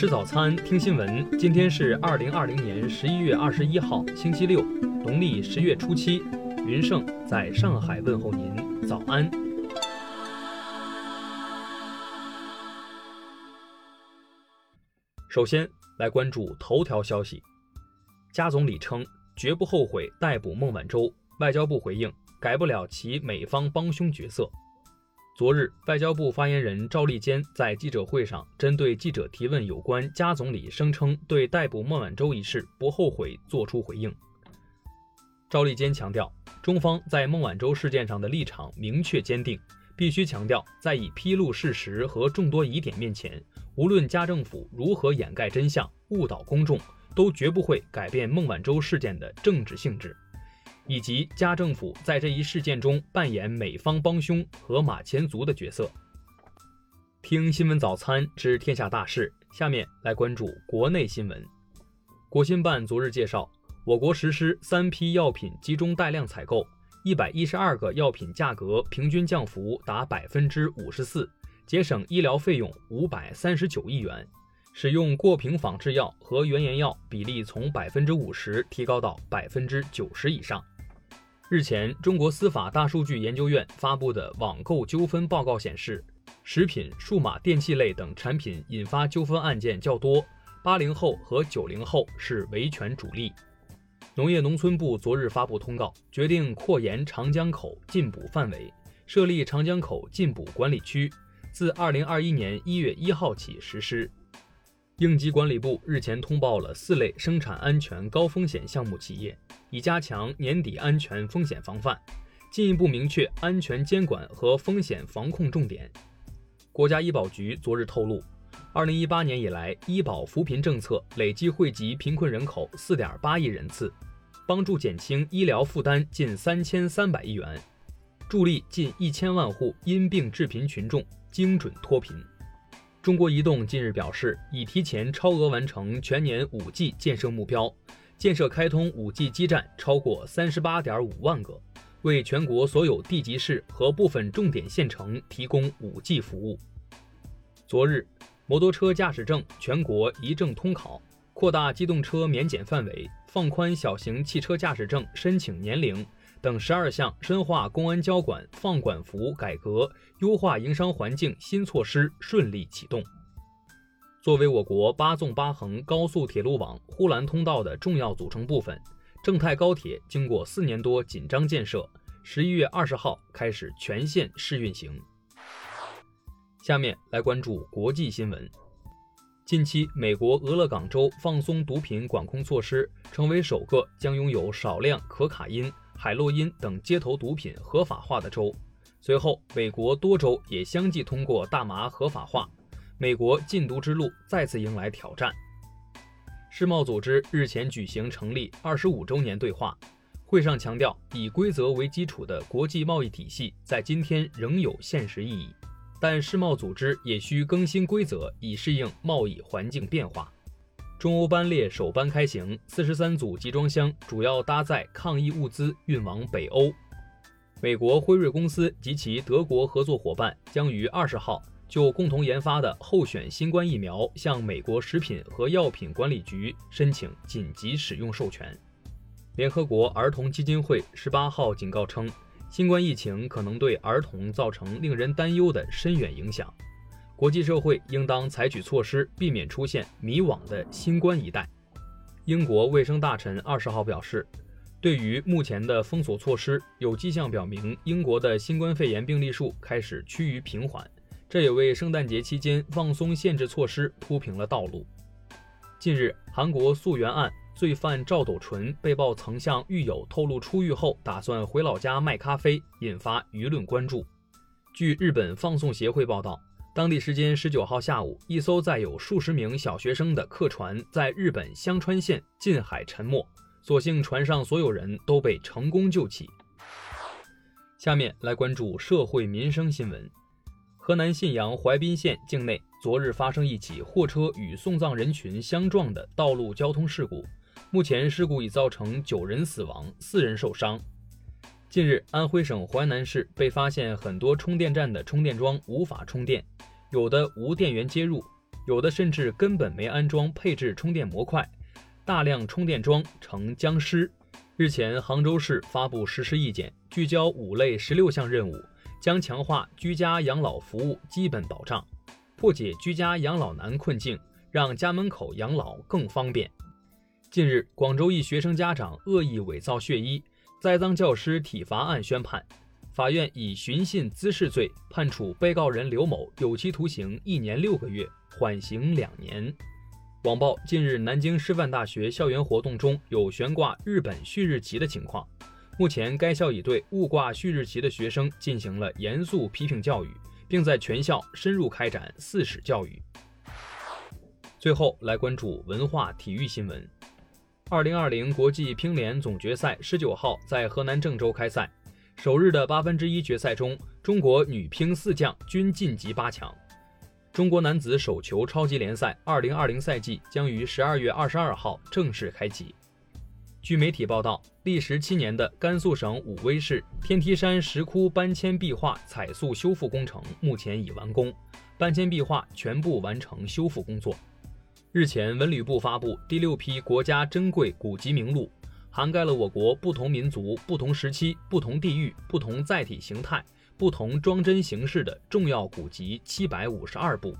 吃早餐，听新闻。今天是2020年11月21号，星期六，农历10月初7。云盛在上海问候您，早安。首先来关注头条消息。加总理称绝不后悔逮捕孟晚舟，外交部回应改不了其美方帮凶角色。昨日，外交部发言人赵立坚在记者会上针对记者提问有关加总理声称对逮捕孟晚舟一事不后悔作出回应。赵立坚强调，中方在孟晚舟事件上的立场明确坚定，必须强调，在已披露事实和众多疑点面前，无论加政府如何掩盖真相、误导公众，都绝不会改变孟晚舟事件的政治性质，以及加政府在这一事件中扮演美方帮凶和马前卒的角色。听新闻早餐知天下大事，下面来关注国内新闻。国新办昨日介绍，我国实施3批药品集中带量采购，112个药品价格平均降幅达 54%， 节省医疗费用539亿元，使用过瓶仿制药和原研药比例从 50% 提高到 90% 以上。日前，中国司法大数据研究院发布的网购纠纷报告显示，食品、数码电器类等产品引发纠纷案件较多，80后和90后是维权主力。农业农村部昨日发布通告，决定扩延长江口禁捕范围，设立长江口禁捕管理区，自2021年1月1号起实施。应急管理部日前通报了4类生产安全高风险项目企业，以加强年底安全风险防范，进一步明确安全监管和风险防控重点。国家医保局昨日透露，2018年以来，医保扶贫政策累计惠及贫困人口 4.8 亿人次，帮助减轻医疗负担近3300亿元，助力近1000万户因病致贫群众精准脱贫。中国移动近日表示，已提前超额完成全年 5G 建设目标，建设开通 5G 基站超过 38.5 万个，为全国所有地级市和部分重点县城提供 5G 服务。昨日，摩托车驾驶证全国一证通考，扩大机动车免检范围，放宽小型汽车驾驶证申请年龄等12项深化公安交管放管服改革、优化营商环境新措施顺利启动。作为我国8纵8横高速铁路网呼兰通道的重要组成部分，郑泰高铁经过4年多紧张建设，11月20号开始全线试运行。下面来关注国际新闻。近期，美国俄勒冈州放松毒品管控措施，成为首个将拥有少量可卡因、海洛因等街头毒品合法化的州。随后，美国多州也相继通过大麻合法化，美国禁毒之路再次迎来挑战。世贸组织日前举行成立25周年对话，会上强调，以规则为基础的国际贸易体系在今天仍有现实意义，但世贸组织也需更新规则，以适应贸易环境变化。中欧班列首班开行，43组集装箱主要搭载抗疫物资运往北欧。美国辉瑞公司及其德国合作伙伴将于20号就共同研发的候选新冠疫苗向美国食品和药品管理局申请紧急使用授权。联合国儿童基金会18号警告称，新冠疫情可能对儿童造成令人担忧的深远影响，国际社会应当采取措施，避免出现迷惘的新冠一代。英国卫生大臣20号表示，对于目前的封锁措施，有迹象表明英国的新冠肺炎病例数开始趋于平缓，这也为圣诞节期间放松限制措施铺平了道路。近日，韩国溯源案罪犯赵斗淳被曝曾向狱友透露出狱后打算回老家卖咖啡，引发舆论关注。据日本放送协会报道，当地时间19号下午，一艘载有数十名小学生的客船在日本香川县近海沉没，所幸船上所有人都被成功救起。下面来关注社会民生新闻。河南信阳淮滨县境内昨日发生一起货车与送葬人群相撞的道路交通事故，目前事故已造成9人死亡，4人受伤。近日，安徽省淮南市被发现很多充电站的充电桩无法充电，有的无电源接入， 有的甚至根本没安装配置充电模块，大量充电桩成僵尸。日前，杭州市发布实施意见，聚焦5类16项任务，将强化居家养老服务基本保障，破解居家养老难困境，让家门口养老更方便。近日，广州一学生家长恶意伪造血衣，栽赃教师体罚案宣判，法院以寻衅滋事罪判处被告人刘某有期徒刑1年6个月，缓刑2年。网曝近日南京师范大学校园活动中有悬挂日本旭日旗的情况，目前该校已对误挂旭日旗的学生进行了严肃批评教育，并在全校深入开展4史教育。最后来关注文化体育新闻。2020国际乒联总决赛19号在河南郑州开赛，首日的1/8决赛中，中国女乒4将均晋级8强。中国男子手球超级联赛2020赛季将于12月22号正式开启。据媒体报道，历时7年的甘肃省武威市天梯山石窟搬迁壁画彩塑修复工程目前已完工，搬迁壁画全部完成修复工作。日前，文旅部发布第6批国家珍贵古籍名录，涵盖了我国不同民族、不同时期、不同地域、不同载体形态、不同装帧形式的重要古籍752部。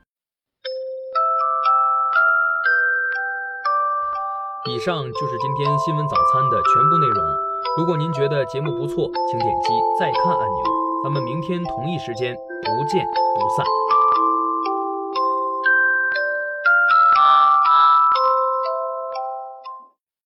以上就是今天新闻早餐的全部内容。如果您觉得节目不错，请点击再看按钮。咱们明天同一时间不见不散。